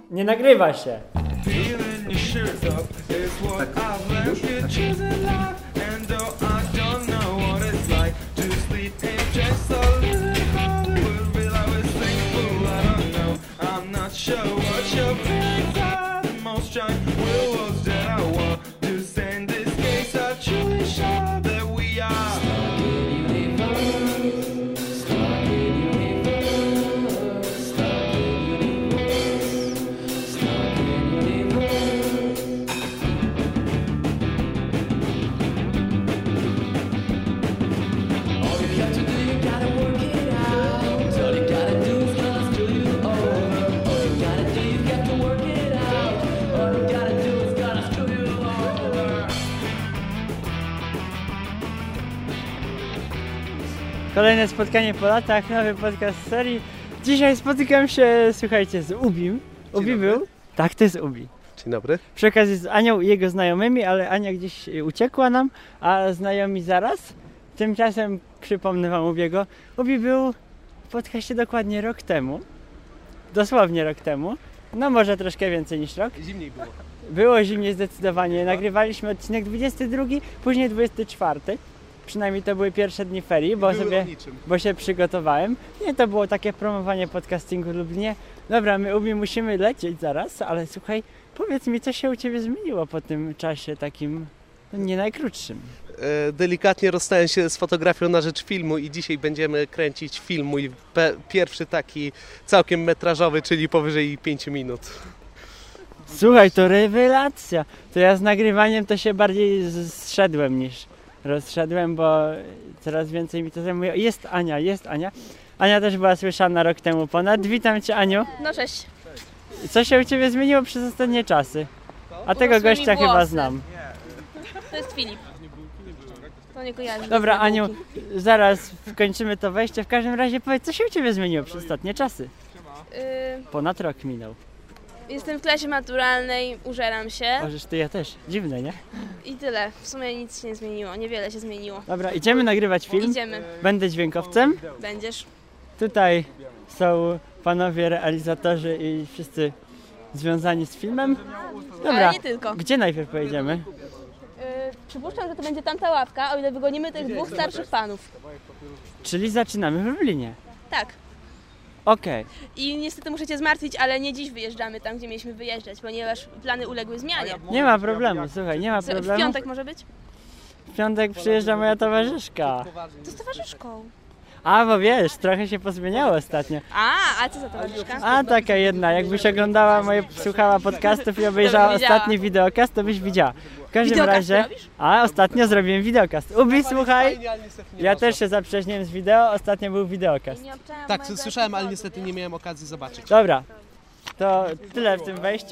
Nie nagrywa się. Kolejne spotkanie po latach, nowy podcast z serii. Dzisiaj spotykam się, słuchajcie, z Ubim. Ubi był? Tak, to jest Ubi. Dzień dobry. Przy okazji z Anią i jego znajomymi, ale Ania gdzieś uciekła nam, a znajomi zaraz. Tymczasem przypomnę wam Ubiego. Ubi był w podcaście dokładnie rok temu. Dosłownie rok temu. No może troszkę więcej niż rok. Zimniej było. Było zimniej zdecydowanie. Nagrywaliśmy odcinek 22, później 24. Przynajmniej to były pierwsze dni ferii, bo się przygotowałem. Nie, to było takie promowanie podcastingu w Lublinie. Dobra, my Ubi musimy lecieć zaraz, ale słuchaj, powiedz mi, co się u Ciebie zmieniło po tym czasie takim, no nie najkrótszym. Delikatnie rozstałem się z fotografią na rzecz filmu i dzisiaj będziemy kręcić film, mój pierwszy taki całkiem metrażowy, czyli powyżej 5 minut. Słuchaj, to rewelacja. To ja z nagrywaniem to się bardziej zszedłem niż rozszedłem, bo coraz więcej mi to zajmuje. Jest Ania. Ania też była słyszana rok temu ponad. Witam Cię, Aniu. No cześć. Co się u Ciebie zmieniło przez ostatnie czasy? A tego gościa chyba znam. To jest Filip. To nie kojarzy. Dobra, Aniu, zaraz kończymy to wejście. W każdym razie powiedz, co się u Ciebie zmieniło przez ostatnie czasy? Ponad rok minął. Jestem w klasie maturalnej, użeram się. Możesz ty, ja też. Dziwne, nie? I tyle. W sumie nic się nie zmieniło, niewiele się zmieniło. Dobra, idziemy nagrywać film. Idziemy. Będę dźwiękowcem. Będziesz. Tutaj są panowie realizatorzy i wszyscy związani z filmem. Dobra, ale nie tylko. Gdzie najpierw pojedziemy? Przypuszczam, że to będzie tamta ławka, o ile wygonimy tych dwóch starszych panów. Czyli zaczynamy w Lublinie. Tak. Okej. I niestety muszę Cię zmartwić, ale nie dziś wyjeżdżamy tam, gdzie mieliśmy wyjeżdżać, ponieważ plany uległy zmianie. Nie ma problemu, słuchaj, nie ma problemu. W piątek może być? W piątek przyjeżdża moja towarzyszka. To z towarzyszką. A, bo wiesz, trochę się pozmieniało ostatnio. A co za towarzyszka? A, taka jedna, jakbyś oglądała słuchała podcastów i obejrzała ostatni wideokast, to byś widziała. W każdym razie, ostatnio zrobiłem wideokast. Ubi, słuchaj, ja też się zaprzyjaźniłem z wideo, ostatnio był wideokast. Tak, słyszałem, ale niestety nie miałem okazji zobaczyć. Dobra, to tyle w tym wejściu.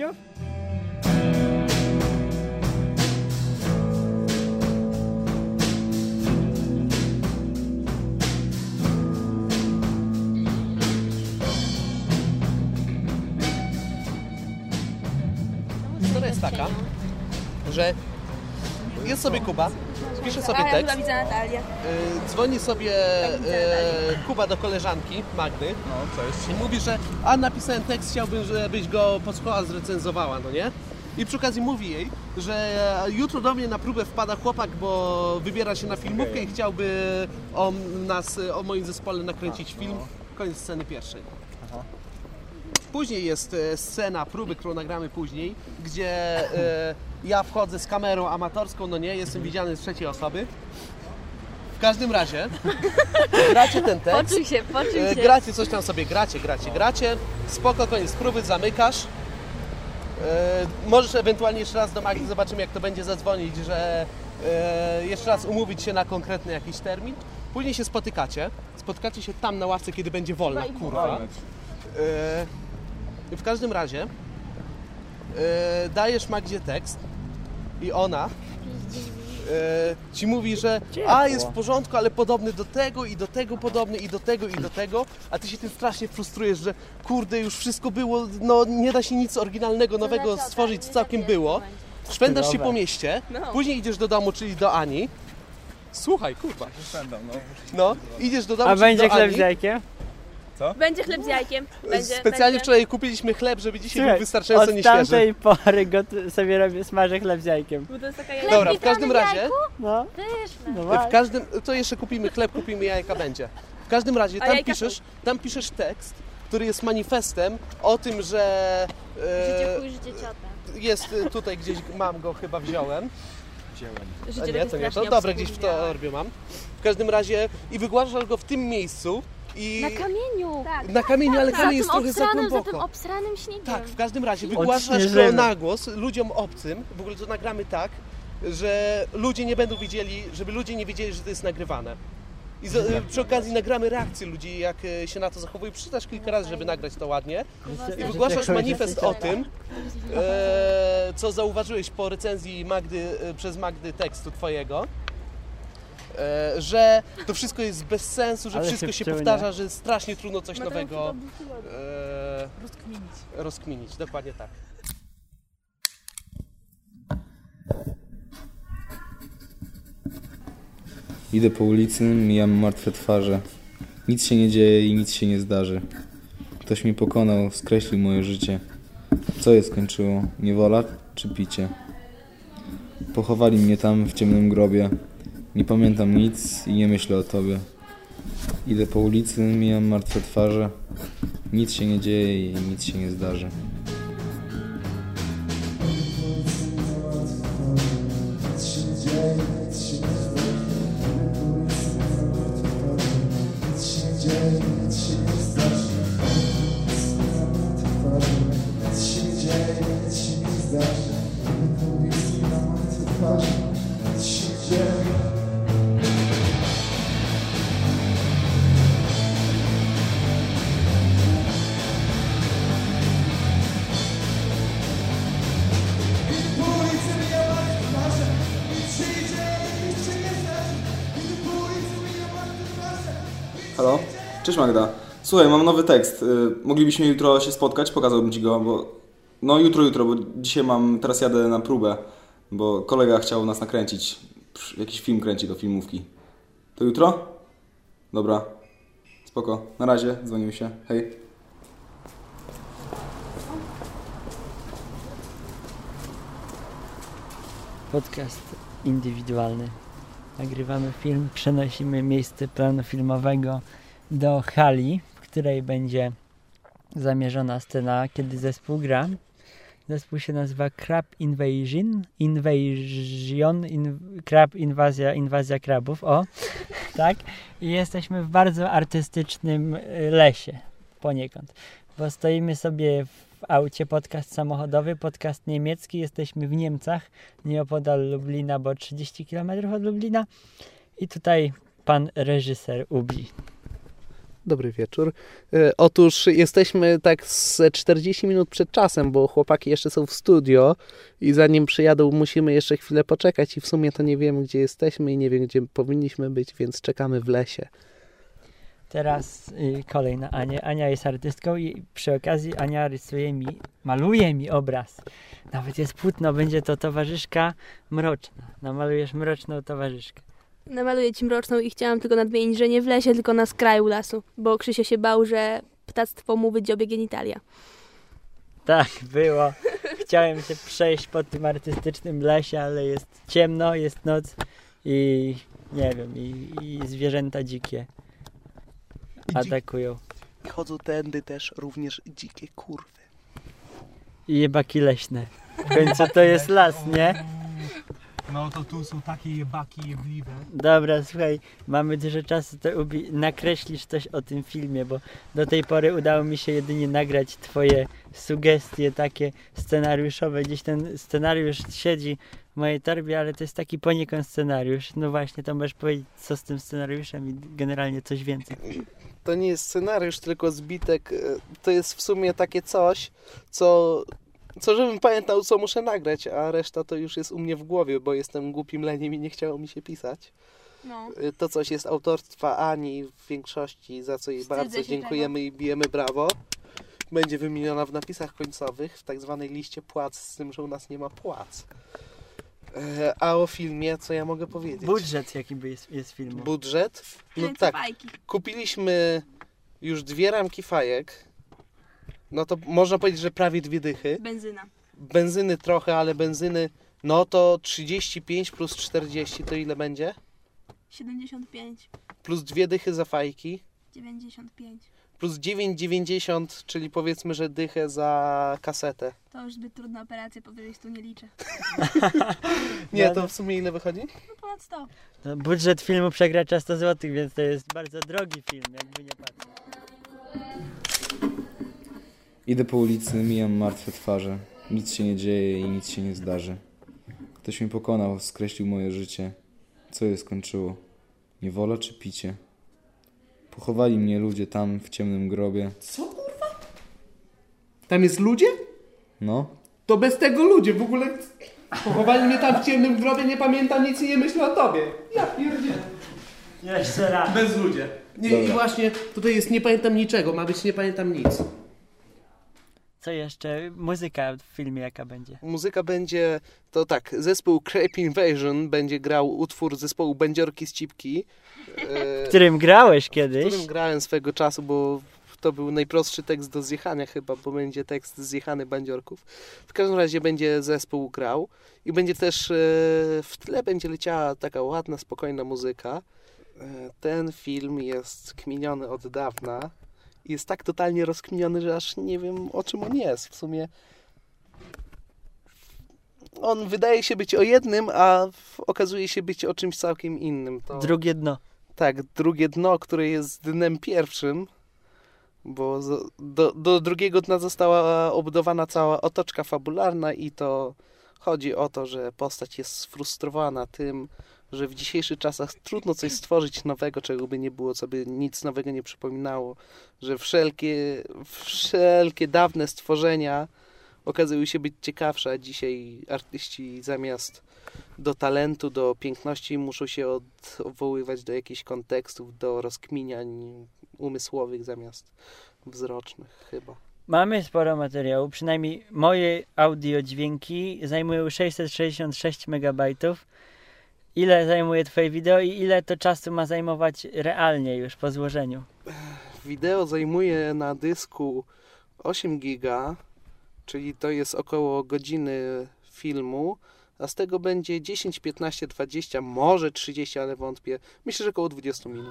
Historia jest taka, że jest sobie Kuba, pisze sobie tekst, ja widzę Natalię. Dzwoni sobie Kuba do koleżanki Magdy. No, cześć. I mówi, że napisałem tekst, chciałbym, żebyś go posłuchała, zrecenzowała, no nie? I przy okazji mówi jej, że jutro do mnie na próbę wpada chłopak, bo wybiera się na filmówkę i chciałby o moim zespole nakręcić film. Koniec sceny pierwszej. Później jest scena próby, którą nagramy później, gdzie ja wchodzę z kamerą amatorską, no nie, jestem widziany z trzeciej osoby. W każdym razie gracie ten tekst, Poczuj się. gracie coś tam sobie, gracie, spoko, koniec próby, zamykasz. Możesz ewentualnie jeszcze raz do Magdy, zobaczymy jak to będzie, zadzwonić, że jeszcze raz umówić się na konkretny jakiś termin. Później się spotkacie się tam na ławce, kiedy będzie wolna, kurwa. W każdym razie dajesz Magdzie tekst i ona ci mówi, że jest w porządku, ale podobny do tego i do tego podobny i do tego i do tego, a ty się tym strasznie frustrujesz, że kurde już wszystko było, no nie da się nic oryginalnego, nowego stworzyć, co całkiem było. Szwędasz się po mieście, później idziesz do domu, czyli do Ani. Słuchaj, kurwa. Szwędam, No, idziesz do domu, A czyli będzie do chleb Ani. z jajkiem? Co? Będzie chleb z jajkiem. Specjalnie wczoraj kupiliśmy chleb, żeby dzisiaj Słuchaj, był wystarczająco od nieświeży. tamtej pory sobie robię, smażę chleb z jajkiem. Bo to jest taka Dobra, w każdym razie, No, Pyszne. no w właśnie. każdym, to jeszcze kupimy chleb, kupimy jajka, będzie. W każdym razie, A jajka są. tam piszesz tekst, który jest manifestem o tym, że Życie chuj, życie ciota. jest tutaj gdzieś, mam go, chyba wziąłem. A Życie nie, takie to nie, to strasznie dobra, gdzieś w obskurne. torbie mam. W każdym razie, i wygłaszasz go w tym miejscu i... Na kamieniu. Tak. Na kamieniu, ale kamień jest trochę za za głęboko. tym obsranym śniegiem. Tak, w każdym razie wygłaszasz go Odśnieżymy. na głos ludziom obcym. W ogóle to nagramy tak, że ludzie nie będą wiedzieli, żeby ludzie nie wiedzieli, że to jest nagrywane. I przy okazji nagramy reakcje ludzi, jak się na to zachowują. Przeczytasz kilka razy, żeby nagrać to ładnie. I wygłaszasz manifest o tym, co zauważyłeś po recenzji przez Magdy tekstu twojego. Że to wszystko jest bez sensu, że Ale wszystko się się wciągnie. powtarza, że strasznie trudno coś nowego rozkminić. Dokładnie tak. Idę po ulicy, mijam martwe twarze. Nic się nie dzieje i nic się nie zdarzy. Ktoś mnie pokonał, skreślił moje życie. Co je skończyło? Niewola czy picie? Pochowali mnie tam w ciemnym grobie. Nie pamiętam nic i nie myślę o tobie. Idę po ulicy, mijam martwe twarze. Nic się nie dzieje i nic się nie zdarzy. Halo? Cześć Magda. Słuchaj, mam nowy tekst. Moglibyśmy jutro się spotkać? Pokazałbym ci go, bo... No jutro, bo dzisiaj teraz jadę na próbę, bo kolega chciał nas nakręcić. Jakiś film kręci do filmówki. To jutro? Dobra. Spoko. Na razie. Dzwonimy się. Hej. Podcast indywidualny. Nagrywamy film, przenosimy miejsce planu filmowego do hali, w której będzie zamierzona scena, kiedy zespół gra. Zespół się nazywa Crab Inwazja krabów, tak. I jesteśmy w bardzo artystycznym lesie, poniekąd, bo stoimy sobie w aucie, podcast samochodowy, podcast niemiecki, jesteśmy w Niemcach, nieopodal Lublina, bo 30 km od Lublina i tutaj pan reżyser Ubi. Dobry wieczór. Otóż jesteśmy tak z 40 minut przed czasem, bo chłopaki jeszcze są w studio i zanim przyjadą musimy jeszcze chwilę poczekać i w sumie to nie wiemy gdzie jesteśmy i nie wiem gdzie powinniśmy być, więc czekamy w lesie. Teraz kolej na Anię. Ania jest artystką i przy okazji Ania maluje mi obraz. Nawet jest płótno, będzie to towarzyszka mroczna. Namalujesz mroczną towarzyszkę. Namaluję ci mroczną i chciałam tylko nadmienić, że nie w lesie, tylko na skraju lasu, bo Krzysio się bał, że ptactwo mu wydziobie genitalia. Tak, było. Chciałem się przejść po tym artystycznym lesie, ale jest ciemno, jest noc i nie wiem, i zwierzęta dzikie atakują. I chodzą tędy też również dzikie kurwy. I jebaki leśne. W końcu to jest las, nie? No to tu są takie jebaki jebliwe. Dobra, słuchaj, mamy dużo czasu, to nakreślisz coś o tym filmie, bo do tej pory udało mi się jedynie nagrać twoje sugestie takie scenariuszowe. Gdzieś ten scenariusz siedzi w mojej torbie, ale to jest taki poniekąd scenariusz. No właśnie, to możesz powiedzieć, co z tym scenariuszem i generalnie coś więcej. To nie jest scenariusz, tylko zbitek. To jest w sumie takie coś, co żebym pamiętał, co muszę nagrać, a reszta to już jest u mnie w głowie, bo jestem głupim leniem i nie chciało mi się pisać. No. To coś jest autorstwa Ani w większości, za co jej Wstydzę bardzo się dziękujemy i bijemy brawo. Będzie wymieniona w napisach końcowych, w tak zwanej liście płac, z tym, że u nas nie ma płac. A o filmie, co ja mogę powiedzieć? Budżet jaki jest filmu? Budżet? No tak, kupiliśmy już 2 ramki fajek, no to można powiedzieć, że prawie 2 dychy. Benzyna. Benzyny trochę, ale benzyny, no to 35 plus 40 to ile będzie? 75. Plus 2 dychy za fajki. 95. Plus 9,90, czyli powiedzmy, że dychę za kasetę. To już zbyt trudna operacja, powyżej 100 nie liczę. Nie, to w sumie ile wychodzi? No ponad 100. No, budżet filmu przekracza 100 zł, więc to jest bardzo drogi film, jakby nie patrzeć. Idę po ulicy, mijam martwe twarze. Nic się nie dzieje i nic się nie zdarzy. Ktoś mnie pokonał, skreślił moje życie. Co je skończyło? Niewola czy picie? Pochowali mnie ludzie tam w ciemnym grobie. Co kurwa? Tam jest ludzie? No, To bez tego ludzie w ogóle... Pochowali mnie tam w ciemnym grobie, nie pamiętam nic i nie myślę o tobie. Ja pierdzielę. Jeszcze raz. Bez ludzie. Nie, Dobra. i właśnie tutaj jest nie pamiętam niczego, ma być nie pamiętam nic. Co jeszcze? Muzyka w filmie jaka będzie? Muzyka będzie, to tak, zespół Creep Invasion będzie grał utwór zespołu Będziorki z Cipki. W którym grałeś W kiedyś? którym grałem swego czasu, bo to był najprostszy tekst do zjechania chyba, bo będzie tekst zjechany Bandziorków. W każdym razie będzie zespół grał i będzie też w tle będzie leciała taka ładna, spokojna muzyka. Ten film jest kminiony od dawna. Jest tak totalnie rozkminiony, że aż nie wiem, o czym on jest. W sumie on wydaje się być o jednym, a okazuje się być o czymś całkiem innym. To... Drugie dno. Tak, drugie dno, które jest dnem pierwszym, bo do drugiego dna została obudowana cała otoczka fabularna i to chodzi o to, że postać jest sfrustrowana tym, że w dzisiejszych czasach trudno coś stworzyć nowego, czego by nie było, co by nic nowego nie przypominało, że wszelkie dawne stworzenia okazują się być ciekawsze, a dzisiaj artyści zamiast do talentu, do piękności muszą się odwoływać do jakichś kontekstów, do rozkminiań umysłowych zamiast wzrocznych chyba. Mamy sporo materiału, przynajmniej moje audiodźwięki zajmują 666 MB. Ile zajmuje twoje wideo i ile to czasu ma zajmować realnie już po złożeniu? Wideo zajmuje na dysku 8 giga, czyli to jest około godziny filmu, a z tego będzie 10, 15, 20, może 30, ale wątpię. Myślę, że około 20 minut.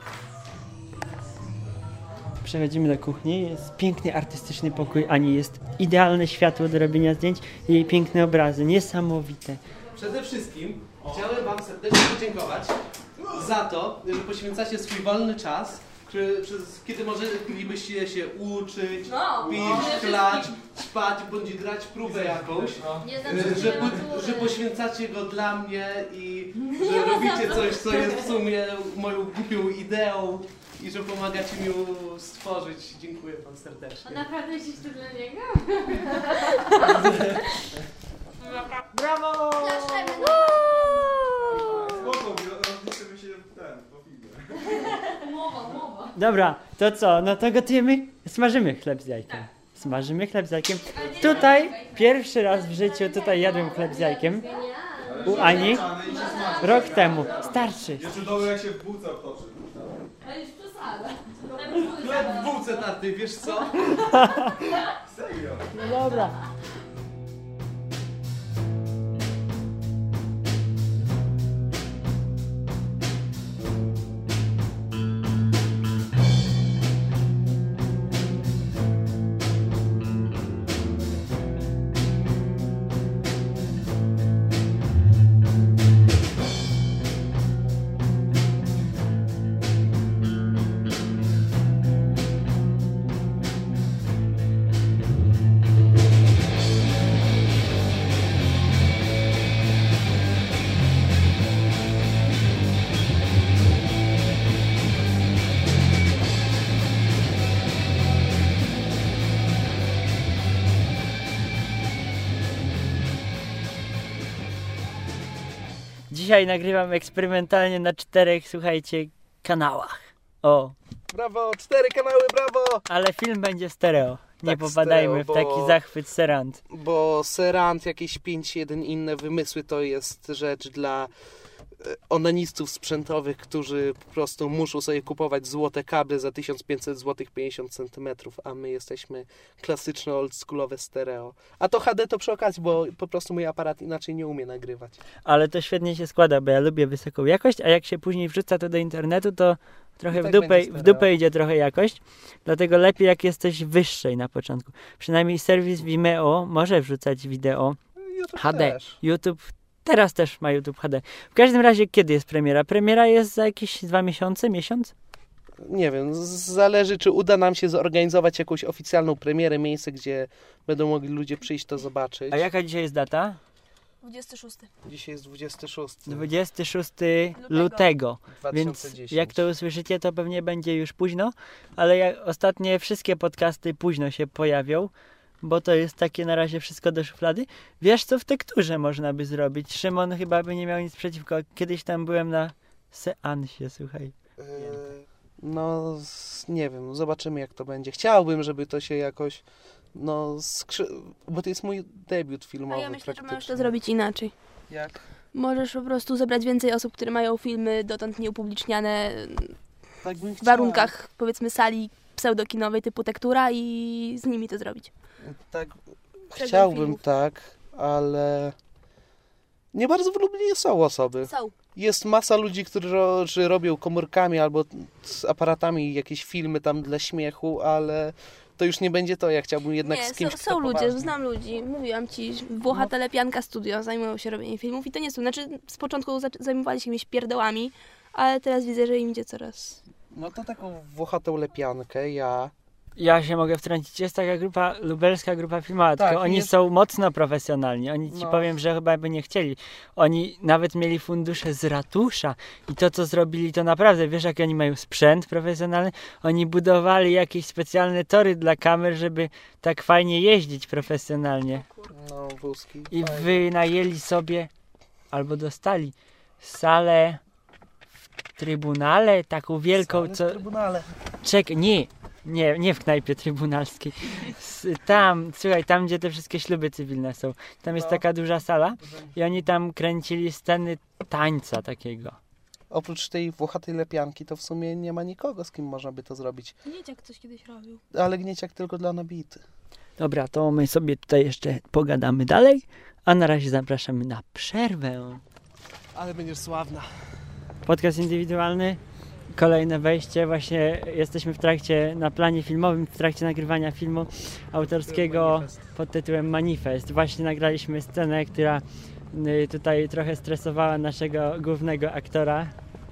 Przechodzimy do kuchni. Jest piękny, artystyczny pokój. Ani jest idealne światło do robienia zdjęć i piękne obrazy. Niesamowite. Przede wszystkim chciałem wam serdecznie podziękować za to, że poświęcacie swój wolny czas, kiedy moglibyście się uczyć, pić, chlać, spać, bądź grać próbę jakąś, że poświęcacie go dla mnie i że robicie coś, co jest w sumie moją głupią ideą i że pomagacie mi ją stworzyć. Dziękuję wam serdecznie. A naprawdę jesteś to dla niego? Brawo! Dobra, to co? No to gotujemy? Smażymy chleb z jajkiem. Smażymy chleb z jajkiem. Tutaj pierwszy raz w życiu tutaj jadłem chleb z jajkiem. U Ani. Rok temu. Starszy. Jeszcze dobre jak się w bułce obtoczy. To jest przesada. Chleb w bułce, taty, wiesz co? Serio? No dobra. Dzisiaj nagrywam eksperymentalnie na 4, słuchajcie, kanałach. O, Brawo, 4 kanały, brawo! ale film będzie stereo. Nie Tak, popadajmy stereo, w taki zachwyt serant. Bo serant, jakieś 5-1 inne wymysły to jest rzecz dla onanistów sprzętowych, którzy po prostu muszą sobie kupować złote kable za 1500 zł 50 cm, a my jesteśmy klasyczne, oldschoolowe stereo. A to HD to przy okazji, bo po prostu mój aparat inaczej nie umie nagrywać. Ale to świetnie się składa, bo ja lubię wysoką jakość, a jak się później wrzuca to do internetu, to trochę tak w dupę idzie trochę jakość, dlatego lepiej jak jesteś wyższej na początku. Przynajmniej serwis Vimeo może wrzucać wideo YouTube HD. też. YouTube teraz też ma YouTube HD. W każdym razie kiedy jest premiera? Premiera jest za jakieś 2 miesiące, miesiąc? Nie wiem, zależy czy uda nam się zorganizować jakąś oficjalną premierę, miejsce, gdzie będą mogli ludzie przyjść to zobaczyć. A jaka dzisiaj jest data? 26. Dzisiaj jest 26. 26 lutego. Więc 2010. jak to usłyszycie, to pewnie będzie już późno, ale ostatnie wszystkie podcasty późno się pojawią, bo to jest takie na razie wszystko do szuflady. Wiesz, co w tekturze można by zrobić? Szymon chyba by nie miał nic przeciwko. Kiedyś tam byłem na seansie, słuchaj. No, nie wiem, zobaczymy jak to będzie. Chciałbym, żeby to się jakoś, bo to jest mój debiut filmowy. A ja myślę, że możesz praktycznie. to zrobić inaczej. Jak? Możesz po prostu zebrać więcej osób, które mają filmy dotąd nieupubliczniane Tak bym w chciał. warunkach, powiedzmy, sali pseudokinowej typu Tektura i z nimi to zrobić. Tak, Tego chciałbym filmu. tak, ale nie bardzo w Lublinie są osoby. Są. Jest masa ludzi, którzy robią komórkami albo z aparatami jakieś filmy tam dla śmiechu, ale to już nie będzie to. Ja chciałbym jednak Nie, z kimś, są kto ludzie, poważnie. znam ludzi. Mówiłam ci, Włochata Lepianka Studio zajmują się robieniem filmów i to nie są. Znaczy, z początku zajmowali się jakimiś pierdołami, ale teraz widzę, że im idzie coraz. No to taką włochatą lepiankę Ja się mogę wtrącić. Jest taka grupa, lubelska grupa filmowa, Tak, tylko oni jest- są mocno profesjonalni. Oni ci No. powiem, że chyba by nie chcieli. Oni nawet mieli fundusze z ratusza i to, co zrobili, to naprawdę, wiesz, jaki oni mają sprzęt profesjonalny? Oni budowali jakieś specjalne tory dla kamer, żeby tak fajnie jeździć profesjonalnie. no wózki. I fajne. wynajęli sobie, albo dostali salę w trybunale, taką wielką, Salę w co... Trybunale. Nie w knajpie trybunalskiej. Tam, słuchaj, tam gdzie te wszystkie śluby cywilne są. Tam jest No. taka duża sala i oni tam kręcili sceny tańca takiego. Oprócz tej włochatej lepianki to w sumie nie ma nikogo, z kim można by to zrobić. Gnieciak coś kiedyś robił. Ale Gnieciak tylko dla nabity. Dobra, to my sobie tutaj jeszcze pogadamy dalej, a na razie zapraszamy na przerwę. Ale będziesz sławna. Podcast indywidualny, kolejne wejście. Właśnie jesteśmy na planie filmowym, w trakcie nagrywania filmu autorskiego pod tytułem Manifest. Właśnie nagraliśmy scenę, która tutaj trochę stresowała naszego głównego aktora.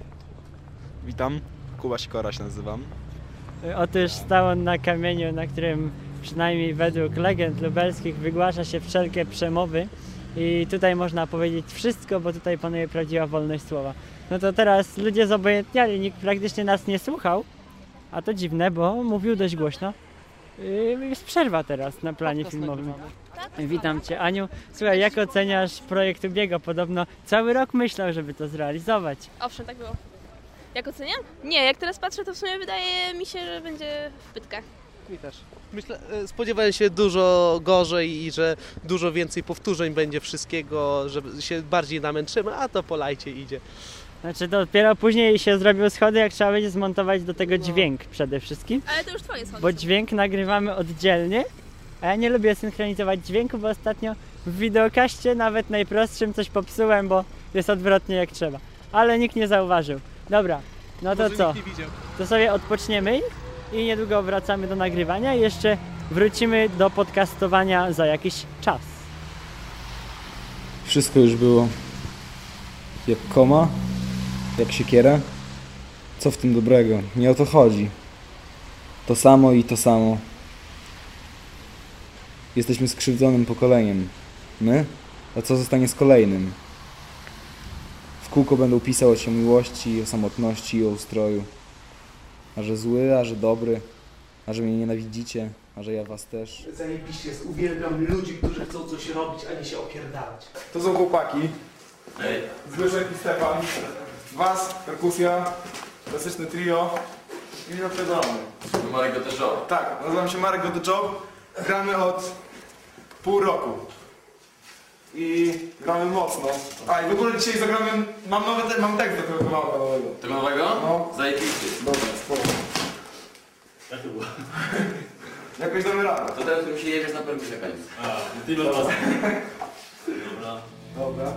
Witam, Kuba Sikora się nazywam. Otóż stał on na kamieniu, na którym przynajmniej według legend lubelskich wygłasza się wszelkie przemowy i tutaj można powiedzieć wszystko, bo tutaj panuje prawdziwa wolność słowa. No to teraz ludzie zobojętniali, nikt praktycznie nas nie słuchał, a to dziwne, bo mówił dość głośno. Jest przerwa teraz na planie filmowym. Witam Cię, Aniu. Słuchaj, jak oceniasz projekt Ubiego? Podobno cały rok myślał, żeby to zrealizować. Owszem, tak było. Jak oceniam? Nie, jak teraz patrzę, to w sumie wydaje mi się, że będzie w pytkach. Mi też. Spodziewałem się dużo gorzej i że dużo więcej powtórzeń będzie wszystkiego, że się bardziej namęczymy, a to po lajcie idzie. Znaczy dopiero później się zrobią schody, jak trzeba będzie zmontować do tego dźwięk przede wszystkim. Ale to już twoje schody. Bo dźwięk nagrywamy oddzielnie, a ja nie lubię synchronizować dźwięku, bo ostatnio w wideokaście nawet najprostszym coś popsułem, bo jest odwrotnie jak trzeba. Ale nikt nie zauważył. Dobra, no to co? To sobie odpoczniemy i niedługo wracamy do nagrywania i jeszcze wrócimy do podcastowania za jakiś czas. Wszystko już było. Jak koma, jak siekiera. Co w tym dobrego? Nie o to chodzi. To samo i to samo. Jesteśmy skrzywdzonym pokoleniem. My? A co zostanie z kolejnym? W kółko będą pisały o miłości, o samotności, o ustroju. A że zły, a że dobry, a że mnie nienawidzicie, a że ja was też. Zajebiście jest. Uwielbiam ludzi, którzy chcą coś robić, a nie się opierdalać. To są chłopaki. Zbyszek i Stefan. Was, perkusja, klasyczne trio i naprzedamy. Marek Got the Job. Tak, nazywam się Marek Got the Job. Gramy od pół roku. i gramy mocno. A i w ogóle dzisiaj zagramy, mam tekst do tego kawałka nowego. Tego nowego? No. Zajebisty. Dobra, spoko. Jak to było? Jakoś damy radę. To ten, którym się jedziesz na perkusie koniec. Ty do was. Dobra. Dobra.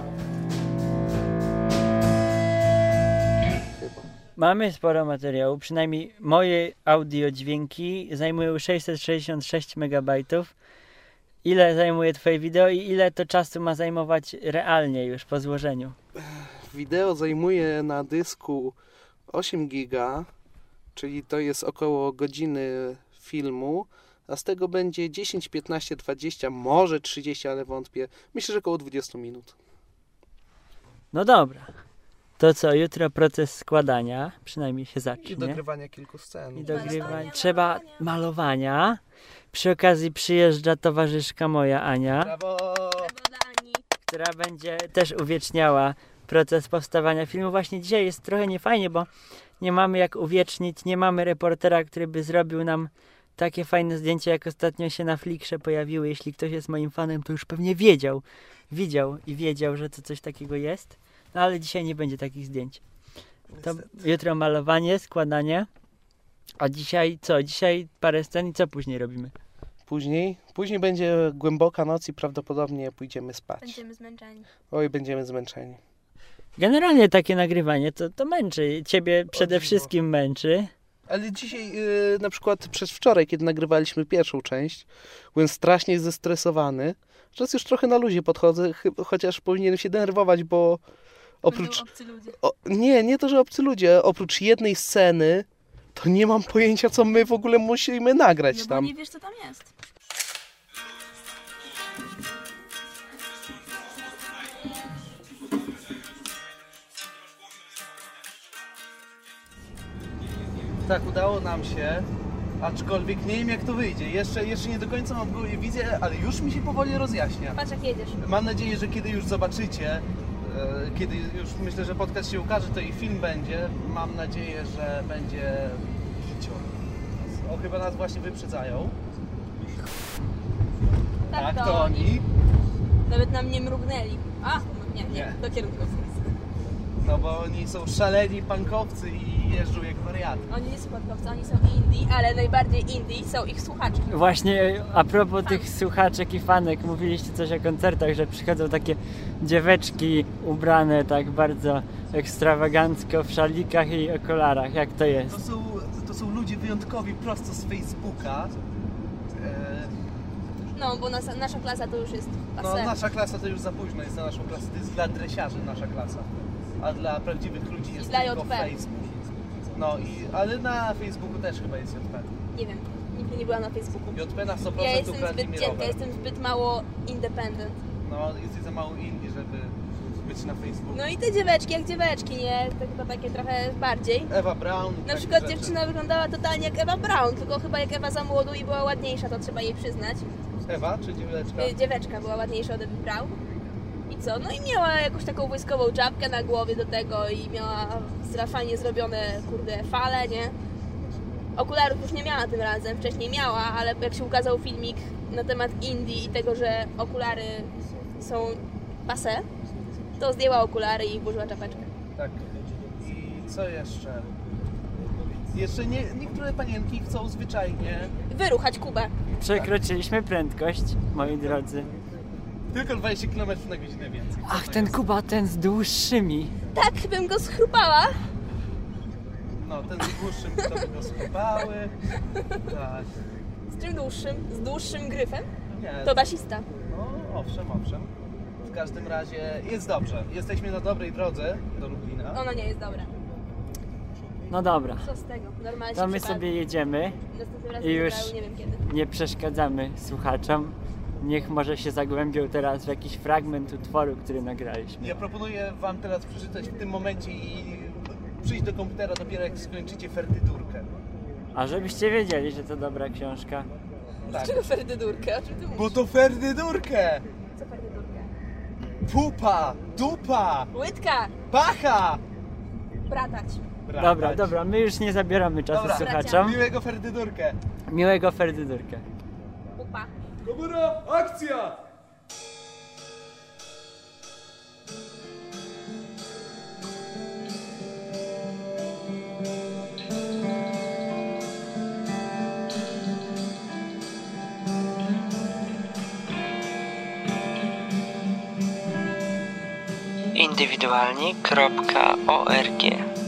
Mamy sporo materiału, przynajmniej moje audio dźwięki zajmują 666 MB. Ile zajmuje twoje wideo i ile to czasu ma zajmować realnie już po złożeniu? Wideo zajmuje na dysku 8 giga, czyli to jest około godziny filmu, a z tego będzie 10, 15, 20, może 30, ale wątpię. Myślę, że około 20 minut. No dobra. To co, jutro proces składania, przynajmniej się zacznie. I dogrywania kilku scen. I dogrywania. Trzeba malowania. Przy okazji przyjeżdża towarzyszka moja, Ania, Brawo! która będzie też uwieczniała proces powstawania filmu. Właśnie dzisiaj jest trochę niefajnie, bo nie mamy jak uwiecznić, nie mamy reportera, który by zrobił nam takie fajne zdjęcia, jak ostatnio się na Flickrze pojawiły. Jeśli ktoś jest moim fanem, to już pewnie widział, że to coś takiego jest. No ale dzisiaj nie będzie takich zdjęć. To jutro malowanie, składanie. A dzisiaj co? Dzisiaj parę scen i co później robimy? Później będzie głęboka noc i prawdopodobnie pójdziemy spać. Będziemy zmęczeni. Oj, będziemy zmęczeni. Generalnie takie nagrywanie to męczy. Ciebie przede wszystkim męczy. Ale dzisiaj, na przykład przedwczoraj, kiedy nagrywaliśmy pierwszą część, byłem strasznie zestresowany. Teraz już trochę na luzie podchodzę, chociaż powinienem się denerwować, bo oprócz... Obcy ludzie. Nie to, że obcy ludzie. Oprócz jednej sceny, to nie mam pojęcia, co my w ogóle musimy nagrać No bo tam. nie wiesz, co tam jest. Tak, udało nam się, aczkolwiek nie wiem, jak to wyjdzie. Jeszcze nie do końca mam w głowie wizję, ale już mi się powoli rozjaśnia. Patrz, jak jedziesz. Mam nadzieję, że kiedy już zobaczycie, kiedy już myślę, że podcast się ukaże, to i film będzie. Mam nadzieję, że będzie hicior. O, chyba nas właśnie wyprzedzają. Tak, to oni. Nawet nam nie mrugnęli. A, nie, Nie. do kierunku. No bo oni są szaleni punkowcy i jeżdżą jak wariaty. Oni nie są podkowcy, oni są indie, ale najbardziej indie są ich słuchaczki. Właśnie a propos tych słuchaczek i fanek, mówiliście coś o koncertach, że przychodzą takie dzieweczki ubrane tak bardzo ekstrawagancko w szalikach i okularach. Jak to jest? To są ludzie wyjątkowi prosto z Facebooka. No, bo nasza klasa to już jest No, passé. nasza klasa to już za późno jest na naszą klasę. To jest dla dresiarzy nasza klasa. A dla prawdziwych ludzi jest dla tylko JP. Facebook. No ale na Facebooku też chyba jest JP. Nie wiem, nigdy nie byłam na Facebooku. JP na 100% Ja jestem ukradli zbyt mi cienka, rower. jestem zbyt mało independent. No, jesteś za mało indie, żeby być na Facebooku. No i te dzieweczki jak dzieweczki, nie? To chyba takie trochę bardziej. Ewa Braun. Na takie przykład rzeczy. dziewczyna wyglądała totalnie jak Ewa Braun, tylko chyba jak Ewa za młodu i była ładniejsza, to trzeba jej przyznać. Ewa czy dzieweczka? Dzieweczka była ładniejsza od Ewy Braun. I co? No i miała jakąś taką wojskową czapkę na głowie do tego i miała fajnie zrobione, kurde, fale, nie? Okularów już nie miała tym razem, wcześniej miała, ale jak się ukazał filmik na temat Indii i tego, że okulary są passé, to zdjęła okulary i włożyła czapeczkę. Tak. I co jeszcze? Jeszcze niektóre panienki chcą zwyczajnie... Wyruchać Kubę. Przekroczyliśmy prędkość, moi drodzy. Tylko 20 km na godzinę więcej. Co Ach, to ten jest? Kuba, ten z dłuższymi. Tak bym go schrupała. No, ten z dłuższym to by go skupały. Tak. Z czym dłuższym? Z dłuższym gryfem? Nie, To basista. no owszem. W każdym razie jest dobrze. Jesteśmy na dobrej drodze do Lublina. Ona nie jest dobra. No dobra, Co z tego? Normalnie to się my przypadnie. sobie jedziemy, Następnym razem i już- wybrałem, nie wiem kiedy. nie przeszkadzamy słuchaczom. Niech może się zagłębią teraz w jakiś fragment utworu, który nagraliśmy. Ja proponuję wam teraz przeczytać w tym momencie i przyjść do komputera dopiero jak skończycie Ferdydurkę. A żebyście wiedzieli, że to dobra książka. Tak. Czego Ferdydurkę? O czym ty mówisz? Bo to Ferdydurkę! Co Ferdydurkę? Pupa! Dupa! Łydka! Pacha! Bratać. Dobra, my już nie zabieramy czasu Dobra. słuchaczom. Miłego Ferdydurkę! Miłego Ferdydurkę. Pupa. Kamera, akcja! indywidualni.org.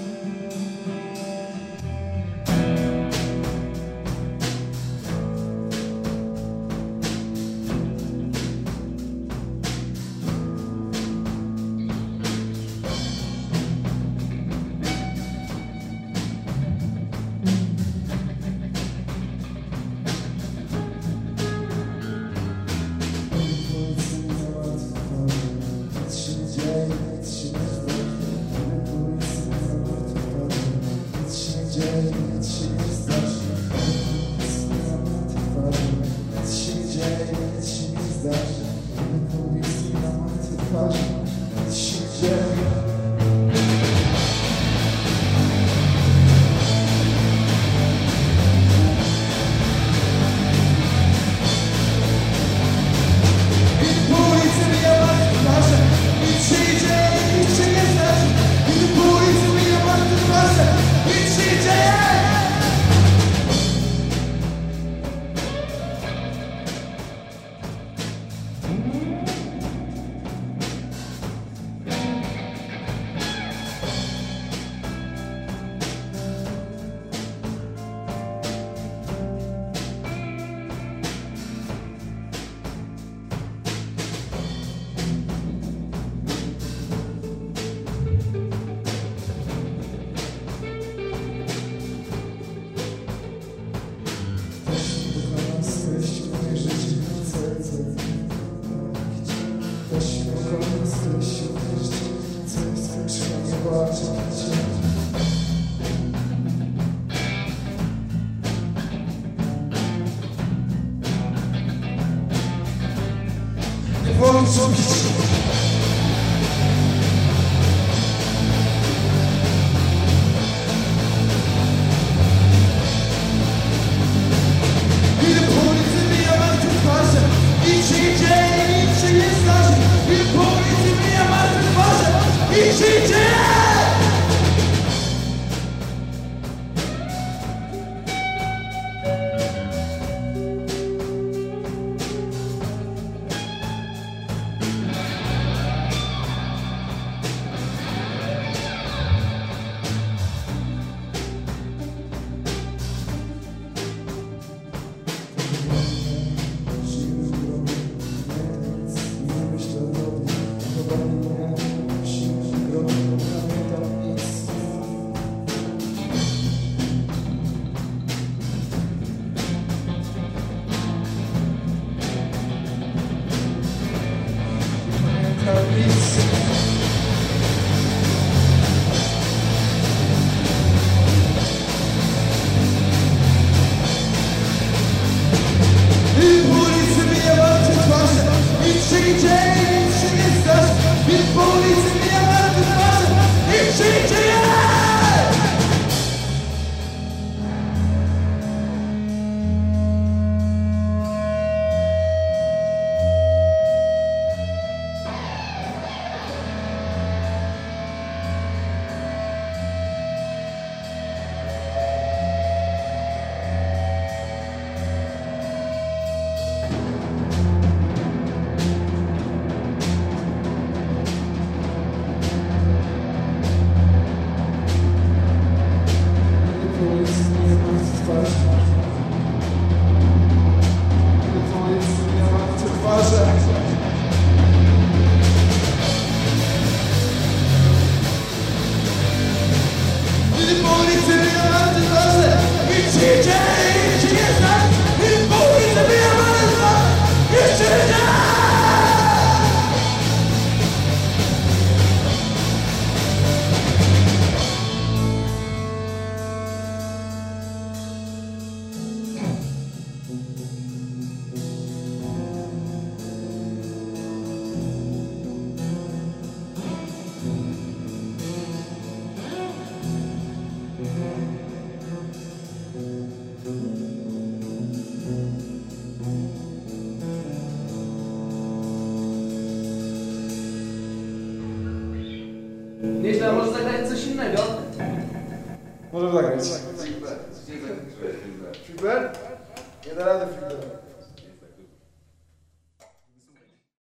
Nieźle, a może zagrać coś innego? Możemy zagrać. Flipper? Nie da rady